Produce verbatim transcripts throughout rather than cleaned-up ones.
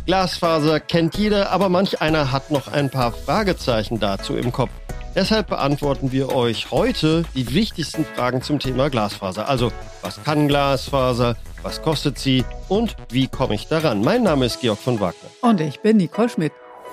Glasfaser kennt jeder, aber manch einer hat noch ein paar Fragezeichen dazu im Kopf. Deshalb beantworten wir euch heute die wichtigsten Fragen zum Thema Glasfaser. Also, was kann Glasfaser, was kostet sie und wie komme ich daran? Mein Name ist Georg von Wagner. Und ich bin Nicole Schmidt.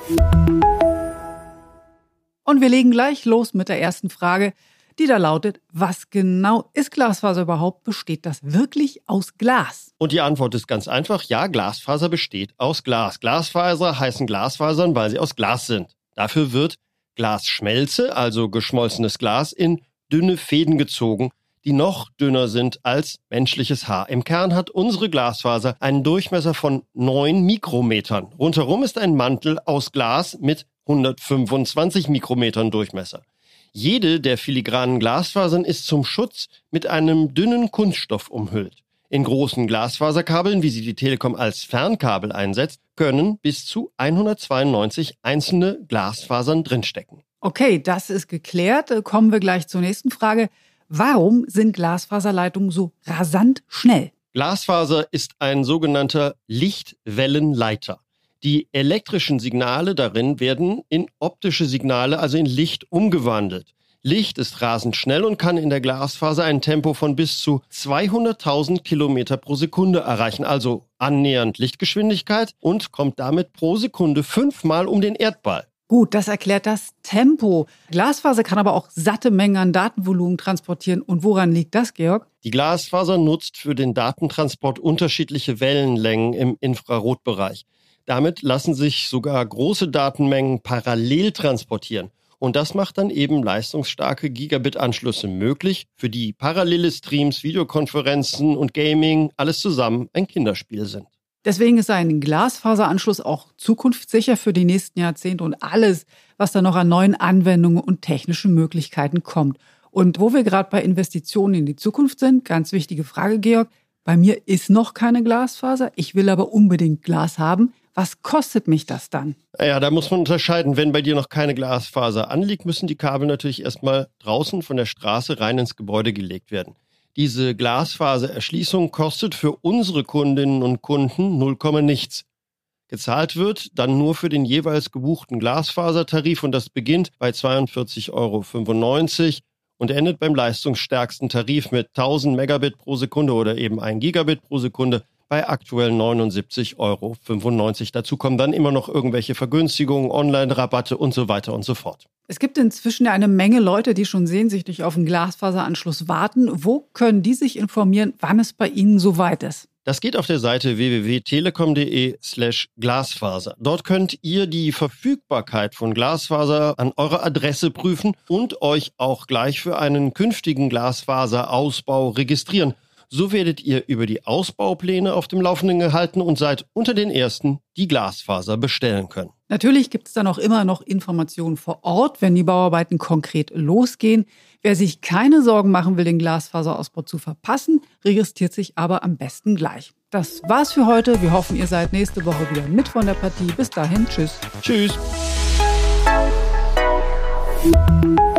Und wir legen gleich los mit der ersten Frage, die da lautet: Was genau ist Glasfaser überhaupt? Besteht das wirklich aus Glas? Und die Antwort ist ganz einfach: Ja, Glasfaser besteht aus Glas. Glasfaser heißen Glasfasern, weil sie aus Glas sind. Dafür wird Glasschmelze, also geschmolzenes Glas, in dünne Fäden gezogen, die noch dünner sind als menschliches Haar. Im Kern hat unsere Glasfaser einen Durchmesser von neun Mikrometern. Rundherum ist ein Mantel aus Glas mit hundertfünfundzwanzig Mikrometern Durchmesser. Jede der filigranen Glasfasern ist zum Schutz mit einem dünnen Kunststoff umhüllt. In großen Glasfaserkabeln, wie sie die Telekom als Fernkabel einsetzt, können bis zu hundertzweiundneunzig einzelne Glasfasern drinstecken. Okay, das ist geklärt. Kommen wir gleich zur nächsten Frage. Warum sind Glasfaserleitungen so rasant schnell? Glasfaser ist ein sogenannter Lichtwellenleiter. Die elektrischen Signale darin werden in optische Signale, also in Licht, umgewandelt. Licht ist rasend schnell und kann in der Glasfaser ein Tempo von bis zu zweihunderttausend Kilometer pro Sekunde erreichen, also annähernd Lichtgeschwindigkeit, und kommt damit pro Sekunde fünfmal um den Erdball. Gut, das erklärt das Tempo. Glasfaser kann aber auch satte Mengen an Datenvolumen transportieren. Und woran liegt das, Georg? Die Glasfaser nutzt für den Datentransport unterschiedliche Wellenlängen im Infrarotbereich. Damit lassen sich sogar große Datenmengen parallel transportieren. Und das macht dann eben leistungsstarke Gigabit-Anschlüsse möglich, für die parallele Streams, Videokonferenzen und Gaming alles zusammen ein Kinderspiel sind. Deswegen ist ein Glasfaseranschluss auch zukunftssicher für die nächsten Jahrzehnte und alles, was da noch an neuen Anwendungen und technischen Möglichkeiten kommt. Und wo wir gerade bei Investitionen in die Zukunft sind, ganz wichtige Frage, Georg: Bei mir ist noch keine Glasfaser, ich will aber unbedingt Glas haben. Was kostet mich das dann? Ja, da muss man unterscheiden. Wenn bei dir noch keine Glasfaser anliegt, müssen die Kabel natürlich erstmal draußen von der Straße rein ins Gebäude gelegt werden. Diese Glasfasererschließung kostet für unsere Kundinnen und Kunden null Komma nichts. Gezahlt wird dann nur für den jeweils gebuchten Glasfasertarif und das beginnt bei zweiundvierzig Euro fünfundneunzig und endet beim leistungsstärksten Tarif mit tausend Megabit pro Sekunde oder eben ein Gigabit pro Sekunde bei aktuell neunundsiebzig Euro fünfundneunzig. Dazu kommen dann immer noch irgendwelche Vergünstigungen, Online-Rabatte und so weiter und so fort. Es gibt inzwischen eine Menge Leute, die schon sehnsüchtig auf einen Glasfaseranschluss warten. Wo können die sich informieren, wann es bei ihnen soweit ist? Das geht auf der Seite w w w punkt telekom punkt de slash Glasfaser. Dort könnt ihr die Verfügbarkeit von Glasfaser an eurer Adresse prüfen und euch auch gleich für einen künftigen Glasfaserausbau registrieren. So werdet ihr über die Ausbaupläne auf dem Laufenden gehalten und seid unter den Ersten, die Glasfaser bestellen können. Natürlich gibt es dann auch immer noch Informationen vor Ort, wenn die Bauarbeiten konkret losgehen. Wer sich keine Sorgen machen will, den Glasfaserausbau zu verpassen, registriert sich aber am besten gleich. Das war's für heute. Wir hoffen, ihr seid nächste Woche wieder mit von der Partie. Bis dahin, tschüss. Tschüss.